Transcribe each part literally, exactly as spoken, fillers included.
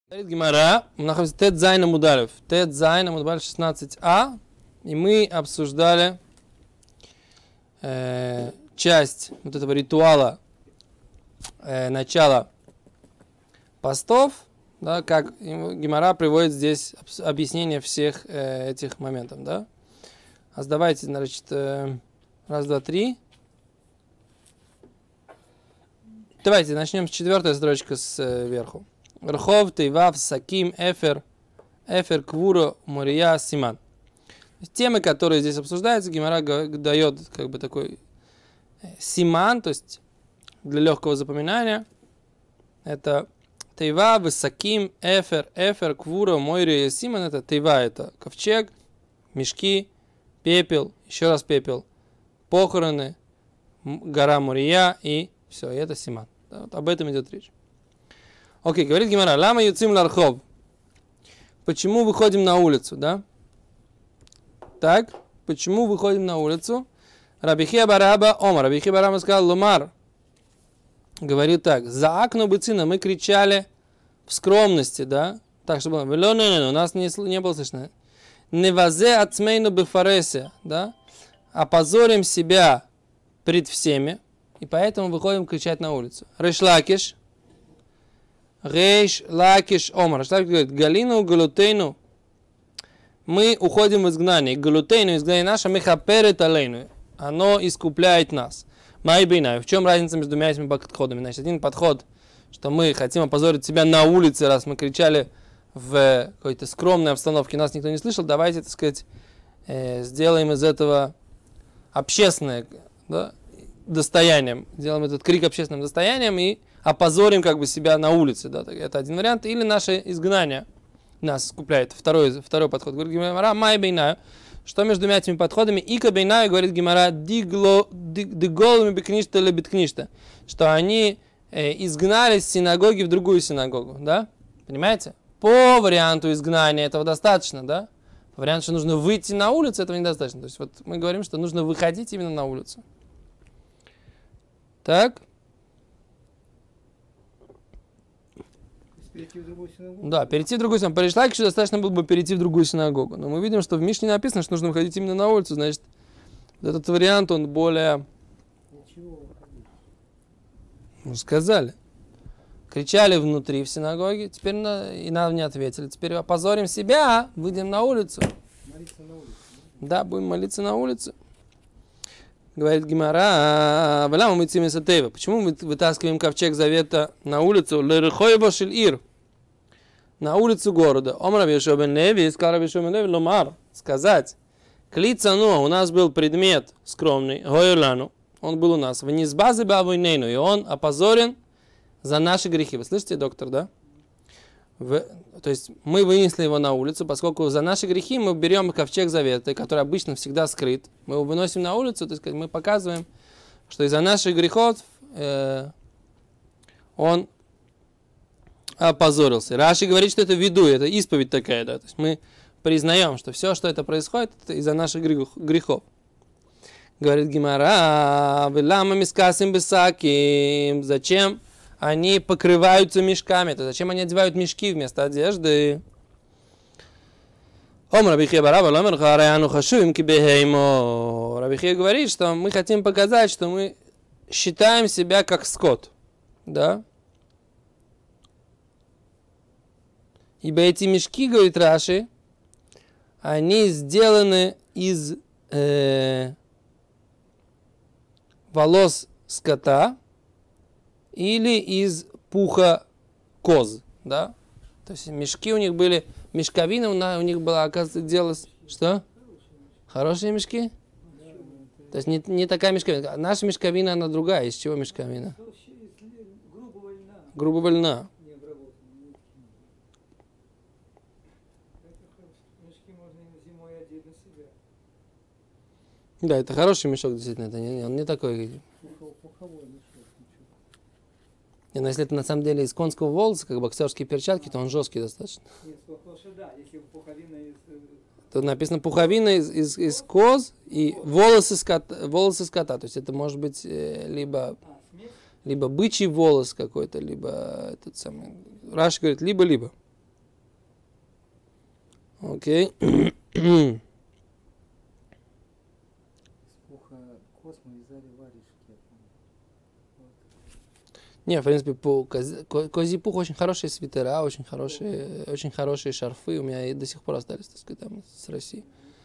Говорит Гемара, мы находимся Тет Зайн Амуд Алеф, Тет Зайн Амуд Алеф шестнадцать а, и мы обсуждали э, часть вот этого ритуала э, начала постов, да, как Гемара приводит здесь объяснение всех э, этих моментов, да. А давайте, значит, э, раз, два, три. Давайте начнем с четвертой строчки сверху. Рхов, Тейвав, Саким, Эфер, Эфер, Квура, Мурия, Симан. Темы, которые здесь обсуждаются, Гемара дает как бы такой симан, то есть для легкого запоминания. Это Тейвав, Саким, Эфер, Эфер, Квура, Мурия, Симан. Это Тейва, это ковчег, мешки, пепел, еще раз пепел, похороны, гора Мурия и все, и это симан. Да, вот об этом идет речь. Окей, говорит Гемара, лама юцим лархов. Почему выходим на улицу, да? Так, почему выходим на улицу? Рабихия бараба омар. Рабихия бараба сказал, лумар. Говорит так, за акну быцина мы кричали в скромности, да? Так, чтобы было, у нас не, не было слышно. Невазе ацмейну бефаресе, да? Опозорим себя пред всеми, и поэтому выходим кричать на улицу. Решлакиш. Рейш лакиш омар. Что говорит? Галину галутейну. Мы уходим в изгнание. Галутейну, изгнание наше, мехаперет алейну. Оно искупляет нас. Майбинай. В чем разница между двумя этими подходами? Значит, один подход, что мы хотим опозорить себя на улице, раз мы кричали в какой-то скромной обстановке, нас никто не слышал. Давайте, так сказать, э, сделаем из этого общественное, да, достоянием. Сделаем этот крик общественным достоянием и опозорим как бы себя на улице, да, это один вариант. Или наше изгнание нас скупляет. Второй, второй подход. Говорит Гемара, май бейнаю. Что между двумя этими подходами? Ика бейнаю, говорит Гемара, диголми бекништа или биткништа. Что они э, изгнали с синагоги в другую синагогу, да? Понимаете? По варианту изгнания этого достаточно, да? По варианту, что нужно выйти на улицу, этого недостаточно. То есть вот мы говорим, что нужно выходить именно на улицу. Так? Перейти в другую синагогу? Да, перейти в другую синагогу. По Решлакишу достаточно было бы перейти в другую синагогу. Но мы видим, что в Мишне написано, что нужно выходить именно на улицу. Значит, этот вариант, он более... Ничего выходить. Ну, сказали. Кричали внутри в синагоге, теперь на... и нам не ответили. Теперь опозорим себя, выйдем на улицу. Молиться на улице. Да, будем молиться на улице. Говорит Гемара, валяма мы цимиса тейва. Почему мы вытаскиваем ковчег завета на улицу? Лерхойба шиль-ир. На улицу города. Омар Рабишо бен Леви, сказал Рабишо бен Леви, ломар. Сказать. Клицану, у нас был предмет скромный, гойолану. Он был у нас. Вниз базы бавойнейну. И он опозорен за наши грехи. Вы слышите, доктор, да? В, то есть мы вынесли его на улицу, поскольку за наши грехи мы берем ковчег завета, который обычно всегда скрыт. Мы его выносим на улицу, то есть мы показываем, что из-за наших грехов э, он опозорился. Раши говорит, что это виду, это исповедь такая, да. То есть мы признаем, что все, что это происходит, это из-за наших грехов. Говорит Гемара, «Велама мискасим бесаким». Зачем они покрываются мешками? То зачем они одевают мешки вместо одежды? Рабихия говорит, что мы хотим показать, что мы считаем себя как скот. Да? Ибо эти мешки, говорит Раши, они сделаны из э, волос скота или из пуха коз, да? То есть мешки у них были, мешковина у них была, оказывается, делалась, что? Хорошие мешки? То есть не, не такая мешковина. Наша мешковина, она другая. Из чего мешковина? Грубого льна. Грубого льна. Мешки можно и зимой одеть на себя. Да, это хороший мешок, действительно. Это не, он не такой. Пуховой мешок. Но если это на самом деле из конского волоса, как боксерские перчатки, то он жесткий достаточно. Нет, что да, если пуховина из... Тут написано пуховина из, из, из коз и волосы скота, волосы скота. То есть это может быть э, либо, либо бычий волос какой-то, либо этот самый. Раши говорит, либо-либо. Окей. Не, в принципе, по кози- ко- козий пух очень хорошие свитера, очень хорошие, очень хорошие шарфы. У меня и до сих пор остались, так сказать, там, с России.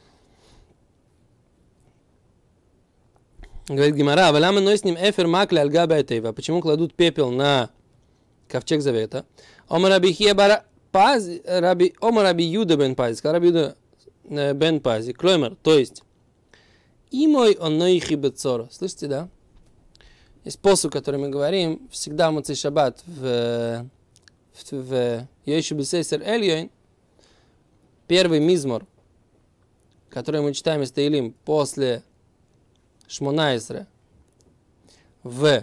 Говорит Гемара, «Валама ной с ним эфер макли альгаба этейва». Почему кладут пепел на ковчег завета? Ома раби хебара пази, раби, ома раби юда бен пази, сказал раби юда э, бен пази, клоймер, то есть, и мой оной хибецора. Слышите, да? Есть посуд, который мы говорим, всегда в Моцей Шаббат в, в, в Йойши Бесейсер Эльйойн, первый мизмор, который мы читаем из Таилим после Шмонайсре в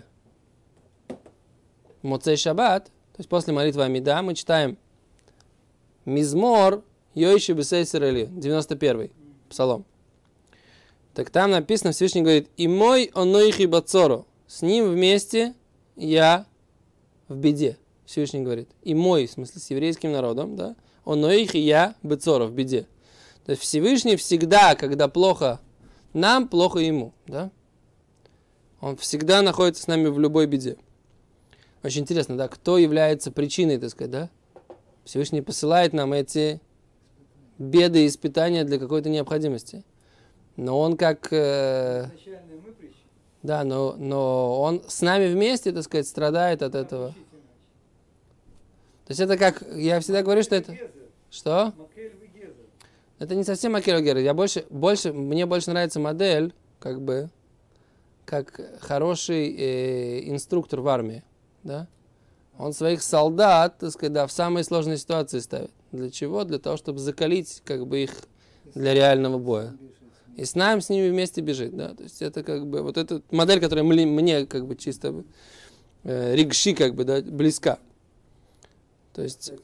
Моцей Шаббат, то есть после молитвы Амида, мы читаем мизмор Йойши Бесейсер Эльйойн, девяносто первый псалом. Так там написано, Всевышний говорит, «И мой онойхи бацоро». С ним вместе я в беде. Всевышний говорит. И мой, в смысле, с еврейским народом, да, онойхи я бацоро, в беде. То есть Всевышний всегда, когда плохо нам, плохо ему, да. Он всегда находится с нами в любой беде. Очень интересно, да, кто является причиной, так сказать, да? Всевышний посылает нам эти беды и испытания для какой-то необходимости. Но он как... Э, да, но, но он с нами вместе, так сказать, страдает от этого. То есть это как... Я всегда говорю, что это... Что? Это не совсем макель вегезер. Я больше, больше... Мне больше нравится модель, как бы, как хороший э, инструктор в армии. Да? Он своих солдат, так сказать, да, в самые сложные ситуации ставит. Для чего? Для того, чтобы закалить, как бы, их для реального боя. И с нами, с ними вместе бежит, да, то есть это как бы, вот эта модель, которая мне, мне как бы чисто э, ригши, как бы, да, близка. То есть...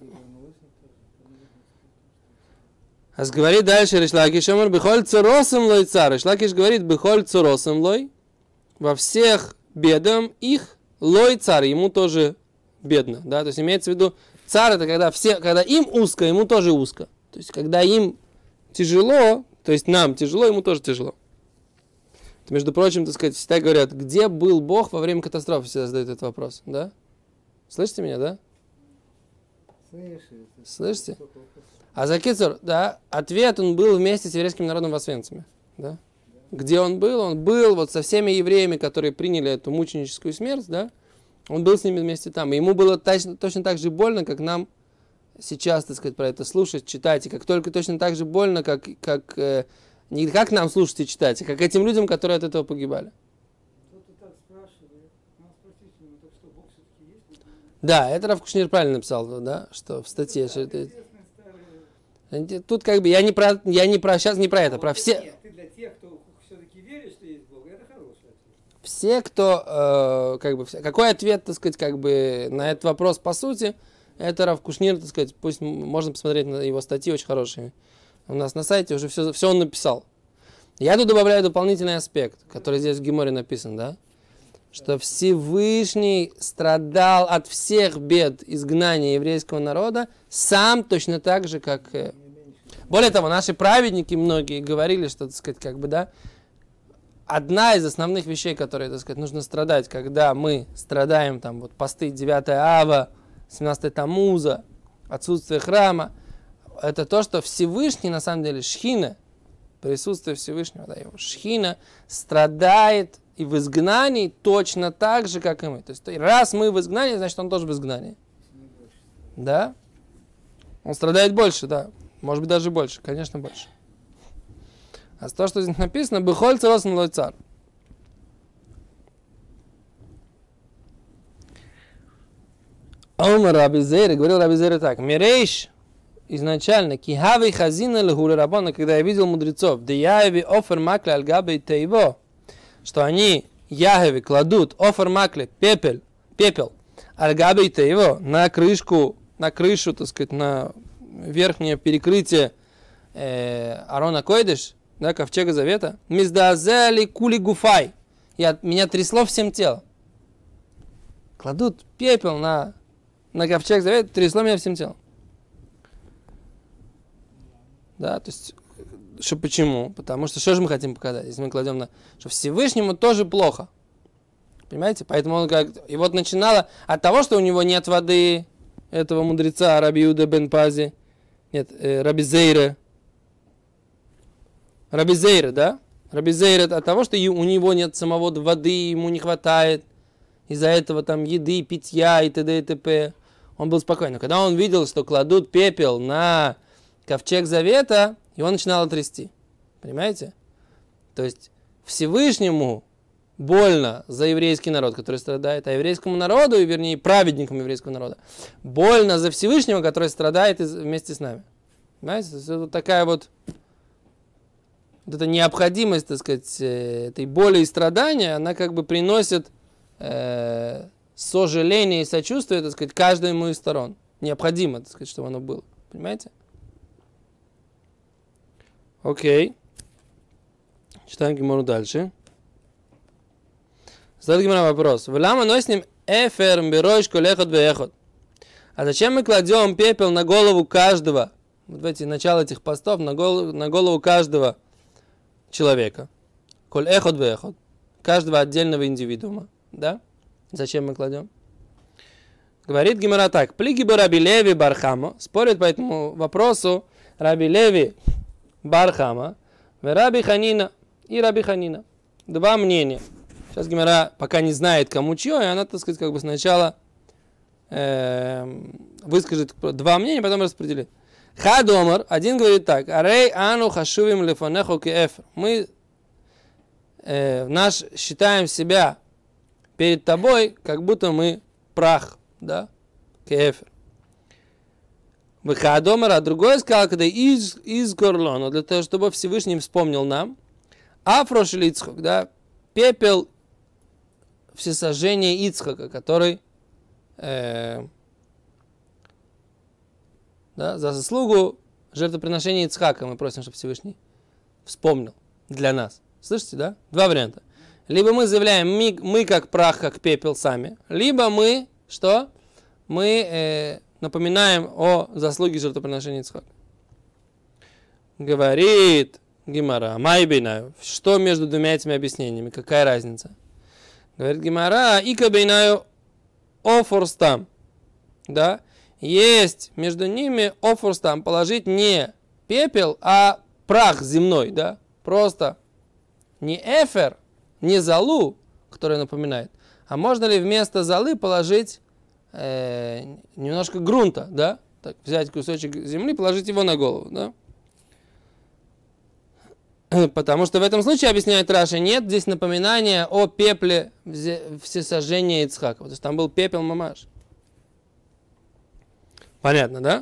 А говорит дальше Ришлакиш, омар бихоль цоросом лой цар. Ришлакиш говорит, бихоль цоросом лой, во всех бедам их лой цар, ему тоже бедно, да, то есть имеется в виду, цар это когда все, когда им узко, ему тоже узко. То есть когда им тяжело, то есть нам тяжело, ему тоже тяжело. Это, между прочим, так сказать, всегда говорят, где был Бог во время катастрофы, всегда задают этот вопрос, да? Слышите меня, да? Слышите? А за Кицур, да, ответ, он был вместе с еврейским народом в Освенциме, да? Где он был? Он был вот со всеми евреями, которые приняли эту мученическую смерть, да? Он был с ними вместе там. И ему было точно, точно так же больно, как нам сейчас, так сказать, про это слушать, читать, и как только точно так же больно, как, как э, не как нам слушать и читать, а как этим людям, которые от этого погибали. Кто-то так спрашивает, нас спросите, ну так что, Бог все-таки есть? Да, это Рав Кушнир правильно написал, да, что в статье. Да, что это... старые... Тут как бы я не про, я не про сейчас не про это, про все. Нет, ты для тех, кто все-таки верит, что есть Бог, это хороший ответ. Все, кто, э, как бы, какой ответ, так сказать, как бы на этот вопрос по сути. Это Рав Кушнир, так сказать, пусть можно посмотреть на его статьи, очень хорошие. У нас на сайте уже все, все он написал. Я тут добавляю дополнительный аспект, который здесь в Геморе написан, да? Что Всевышний страдал от всех бед изгнания еврейского народа, сам точно так же, как... Более того, наши праведники многие говорили, что, так сказать, как бы, да, одна из основных вещей, которые, так сказать, нужно страдать, когда мы страдаем, там, вот, посты девятого ава, семнадцатого Тамуза, отсутствие храма, это то, что Всевышний, на самом деле, Шхина, присутствие Всевышнего, да, его Шхина, страдает и в изгнании точно так же, как и мы. То есть, раз мы в изгнании, значит, он тоже в изгнании. Да? Он страдает больше, да. Может быть, даже больше, конечно, больше. А то, что здесь написано, «Бехоль царосом лой цар». Омар Раби Зейр, говорил Раби Зейр так, «Мирейш» изначально, «Кихавей хазина лехуре рабона», когда я видел мудрецов, «Деяеви офер макли альгабей тейво», что они, ягеви, кладут офер макли, пепел, пепел, альгабей тейво, на крышку, на крышу, так сказать, на верхнее перекрытие э, Арона Койдеш, да, ковчега завета, «Миздазели кули гуфай», и от меня трясло всем телом. Кладут пепел на... на ковчег завета, трясло меня всем телом. Да, то есть, что почему? Потому что что же мы хотим показать? Если мы кладем на... Что Всевышнему тоже плохо. Понимаете? Поэтому он как... И вот начинало от того, что у него нет воды, этого мудреца Раби Иуда бен Пази, нет, э, Раби Зейра. Раби Зейра, да? Раби Зейра от того, что у него нет самого воды, ему не хватает. Из-за этого там еды, питья и т.д. и т.п. Он был спокойный. Когда он видел, что кладут пепел на ковчег завета, его начинало трясти. Понимаете? То есть Всевышнему больно за еврейский народ, который страдает, а еврейскому народу, вернее, праведникам еврейского народа, больно за Всевышнего, который страдает вместе с нами. Понимаете? То есть это вот такая вот, вот эта необходимость, так сказать, этой боли и страдания, она как бы приносит э, сожаление и сочувствие, так сказать, каждому из сторон. Необходимо, так сказать, чтобы оно было. Понимаете? Окей. Читаем Гемору дальше. Задает Гемора вопрос. Влама носим эфер мбиройш колехот беехот. А зачем мы кладем пепел на голову каждого? Вот в эти начало этих постов на голову, на голову каждого человека. Коль эхот беехот. Каждого отдельного индивидуума. Да? Зачем мы кладем? Говорит Гемора так. Плиги бы Раби Леви Бархама. Спорит по этому вопросу Раби Леви Бархама, Раби Ханина и Раби Ханина. Два мнения. Сейчас Гемора пока не знает, кому чье, и она, так сказать, как бы сначала э, выскажет два мнения, потом распределит. Хадомар, один говорит так. Арей ану хашувим лефанеху кеэфер. Мы э, наш считаем себя перед тобой, как будто мы прах, да, кеэфер. Выхадомар, а другой сказал, когда из, из горлона, для того, чтобы Всевышний вспомнил нам, афрошили Ицхок, да, пепел всесожжения Ицхака, который э, да, за заслугу жертвоприношения Ицхака мы просим, чтобы Всевышний вспомнил для нас. Слышите, да? Два варианта. Либо мы заявляем, мы, мы как прах, как пепел сами, либо мы, что? Мы э, напоминаем о заслуге жертвоприношения Ицхака. Говорит Гемара, майбейнаю, что между двумя этими объяснениями, какая разница? Говорит Гемара, ика бейнаю офорстам, да, есть между ними офорстам, положить не пепел, а прах земной, да, просто не эфер, не золу, которая напоминает, а можно ли вместо золы положить э, немножко грунта, да, так, взять кусочек земли, положить его на голову, да. Потому что в этом случае, объясняет Раша, нет здесь напоминания о пепле всесожжения Ицхака. То есть там был пепел мамаш. Понятно, да?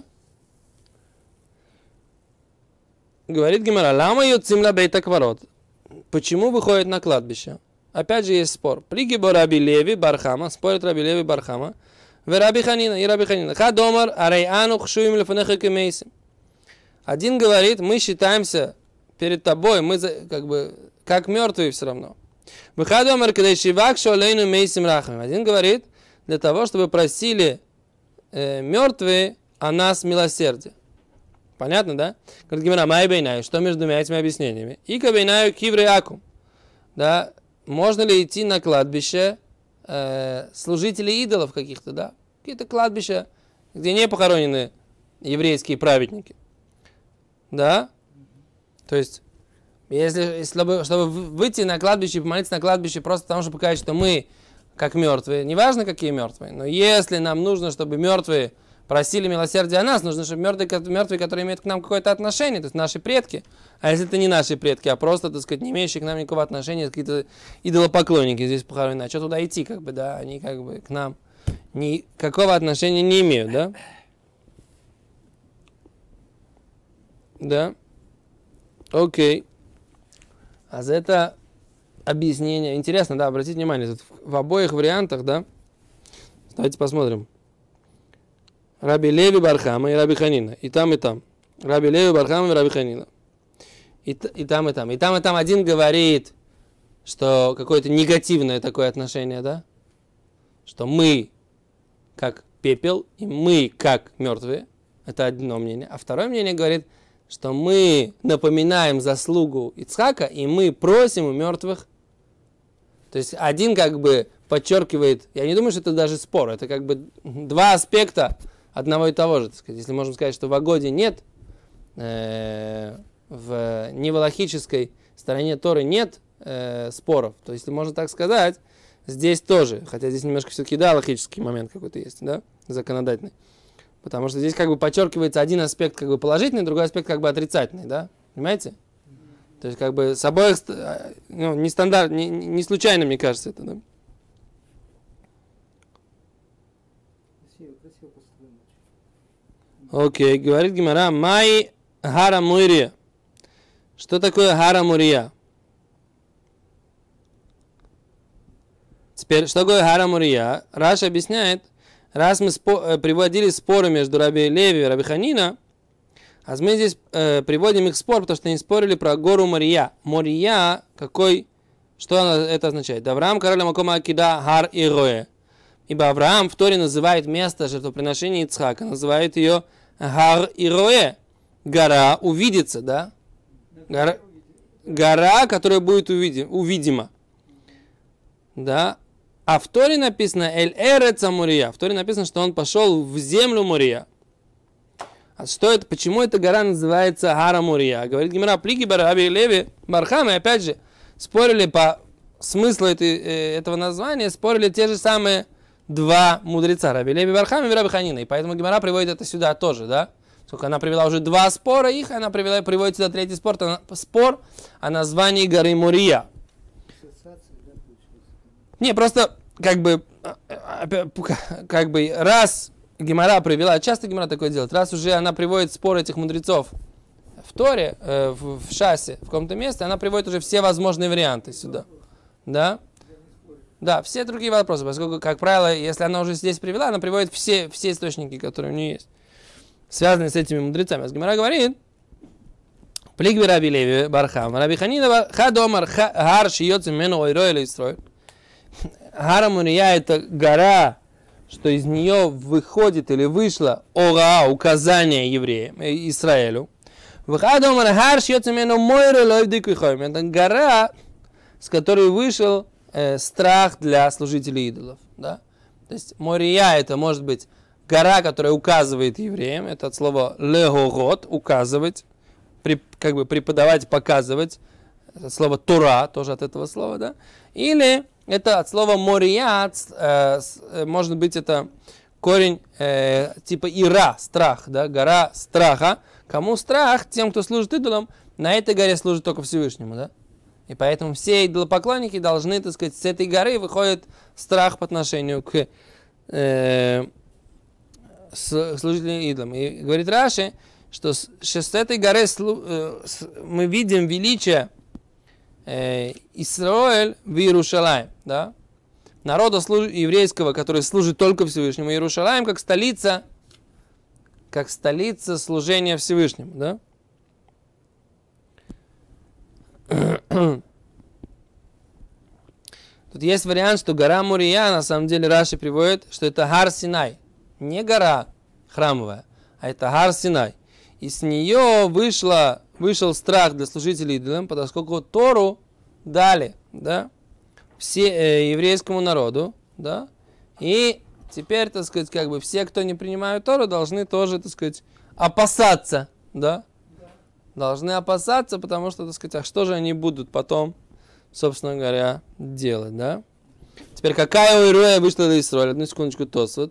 Говорит Гемара, лама юцимла бейта кварот. Почему выходит на кладбище? Опять же есть спор. Пригибо Раби Леви Бархама, спорит Раби Леви Бархама, в Раби Ханина и Раби Ханина. Хадомар арейану хшуим лефанеха кемейсим. Один говорит, мы считаемся перед тобой, мы как бы как мертвые все равно. Один говорит, для того, чтобы просили э, мертвые о нас милосердие. Понятно, да? Говорит Гемара, май бейнаю, что между двумя этими объяснениями? И кабейнаю киврей акум. Да, можно ли идти на кладбище э, служителей идолов каких-то, да? Какие-то кладбища, где не похоронены еврейские праведники. Да? То есть, если, чтобы, чтобы выйти на кладбище и помолиться на кладбище просто потому, чтобы показать, что мы как мертвые, неважно какие мертвые, но если нам нужно, чтобы мертвые просили милосердия о нас, нужно, чтобы мертвые, мертвые, которые имеют к нам какое-то отношение, то есть наши предки, а если это не наши предки, а просто, так сказать, не имеющие к нам никакого отношения, какие-то идолопоклонники здесь похоронены, а что туда идти, как бы, да, они как бы к нам никакого отношения не имеют, да? Да? Окей. А за это объяснение. Интересно, да, обратите внимание, тут в обоих вариантах, да. Давайте посмотрим. Раби Леви Бархама и Раби Ханина. И там, и там. Раби Леви Бархама и Раби Ханина. И, и там, и там. И там, и там один говорит, что какое-то негативное такое отношение, да. Что мы как пепел, и мы как мертвые. Это одно мнение. А второе мнение говорит, что мы напоминаем заслугу Ицхака, и мы просим у мертвых. То есть один как бы подчеркивает, я не думаю, что это даже спор, это как бы два аспекта одного и того же. Так сказать. Если можем сказать, что в Агоде нет, э, в невалахической стороне Торы нет э, споров, то если можно так сказать, здесь тоже, хотя здесь немножко все-таки да, логический момент какой-то есть, да, законодательный. Потому что здесь как бы подчеркивается один аспект как бы положительный, другой аспект как бы отрицательный, да, понимаете? То есть как бы с обоих, ну, не стандарт, не, не случайно, мне кажется, это, да. Красиво, красиво построено. Окей, говорит Гемара, май хара мурия. Что такое хара мурия? Теперь, что такое хара мурия? Раш объясняет, раз мы спо- приводили споры между Раби Леви и Раби Ханина, а мы здесь э, приводим их спор, потому что они спорили про гору Мория. Мория, какой, что она, это означает? Авраам короля Макома Акида Хар Ироэ. Ибо Авраам в Торе называет место жертвоприношения Ицхака, называет ее Хар Ироэ. Гора увидится, да? Гора, гора, которая будет увидим, увидима. Да? А в Торе написано Эль Эреца Мория. В Торе написано, что он пошел в землю Мория. А что это? Почему эта гора называется Хара Мория? Говорит Гемара, плиги Раби Леви Бархам, и опять же, спорили по смыслу этой, э, этого названия, спорили те же самые два мудреца, Раби Леви Бархам и Раби Ханина. И поэтому Гемара приводит это сюда тоже, да? Сколько она привела уже два спора их, она привела, приводит сюда третий спор, она, спор о названии горы Мория. Не, просто как бы, как бы раз Гемара привела, часто Гемара такое делает, раз уже она приводит спор этих мудрецов в Торе, э, в, в Шасе, в каком-то месте, она приводит уже все возможные варианты сюда. Да? Да, все другие вопросы, поскольку, как правило, если она уже здесь привела, она приводит все, все источники, которые у нее есть, связанные с этими мудрецами. А Гемара говорит, плигби Раби Леви Бархам, Раби Ханина Хадомар Хар Шиёцим Мену Ойро или Истрой. Хара Мурия — это гора, что из нее выходит или вышло ора, указание евреям, Израилю. Это гора, с которой вышел э, страх для служителей идолов. Да? То есть Мория — это может быть гора, которая указывает евреям, это от слова легород, указывать, при, как бы преподавать, показывать, это слово Тора, тоже от этого слова, да? Или это от слова Мория, э, э, может быть, это корень э, типа Ира, страх, да, гора страха. Кому страх? Тем, кто служит идолам, на этой горе служит только Всевышнему, да? И поэтому все идолопоклонники должны, так сказать, с этой горы выходит страх по отношению к э, служителям идолам. И говорит Раши, что с, с этой горы слу, э, с, мы видим величие э, Исраэль в Иерушалаим, да? Народа служ... еврейского, который служит только Всевышнему. Иерушалаим как столица, как столица служения Всевышнему, да? Тут есть вариант, что гора Мория, на самом деле Раши приводит, что это Гар Синай. Не гора храмовая, а это Гар Синай. И с нее вышло, вышел страх для служителей идолам, поскольку Тору дали, да, все, э, еврейскому народу, да, и теперь, так сказать, как бы все, кто не принимают Тору, должны тоже, так сказать, опасаться, да, да. Должны опасаться, потому что, так сказать, а что же они будут потом, собственно говоря, делать, да. Теперь, какая у Ироя вышла из Исраиля? Одну секундочку, Тосфот.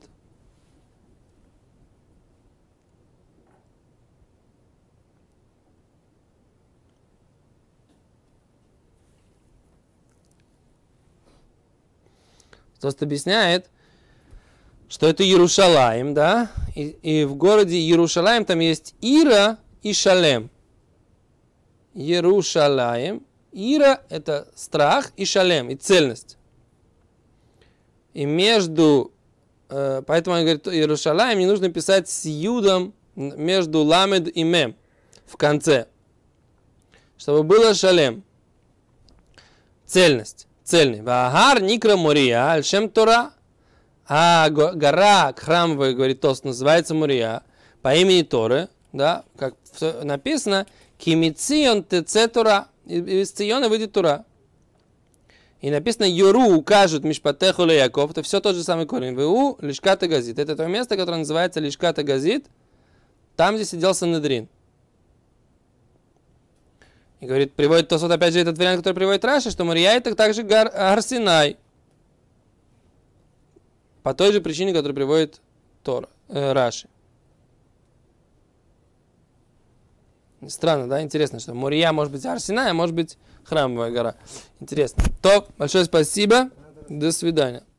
Тост объясняет, что это Иерушалаим, да, и, и в городе Иерушалаим там есть Ира и Шалем. Иерушалаим, Ира — это страх, и Шалем, и цельность. И между, э, поэтому он говорит, Иерушалаим не нужно писать с юдом между ламед и мем в конце, чтобы было Шалем, цельность. Цельный. Вагар никра Мория, аль-шем Тора. А гора храмовая, говорит Тост, называется Мория по имени Торы. да, как написано, кимицион теце Тора, из Циона выйдет Тора. И написано, Юру укажут Мишпатеху ле Яков, это все тот же самый корень. Ву лишката газит. Это то место, которое называется лишката газит, там, где сидел Санедрин. И говорит, приводит Тосфот опять же этот вариант, который приводит Раши, что Мория это также Гар, Гарсинай. По той же причине, которую приводит Тора, э, Раши. Странно, да? Интересно, что Мория может быть Арсинай, а может быть Храмовая гора. Интересно. То, большое спасибо. До свидания.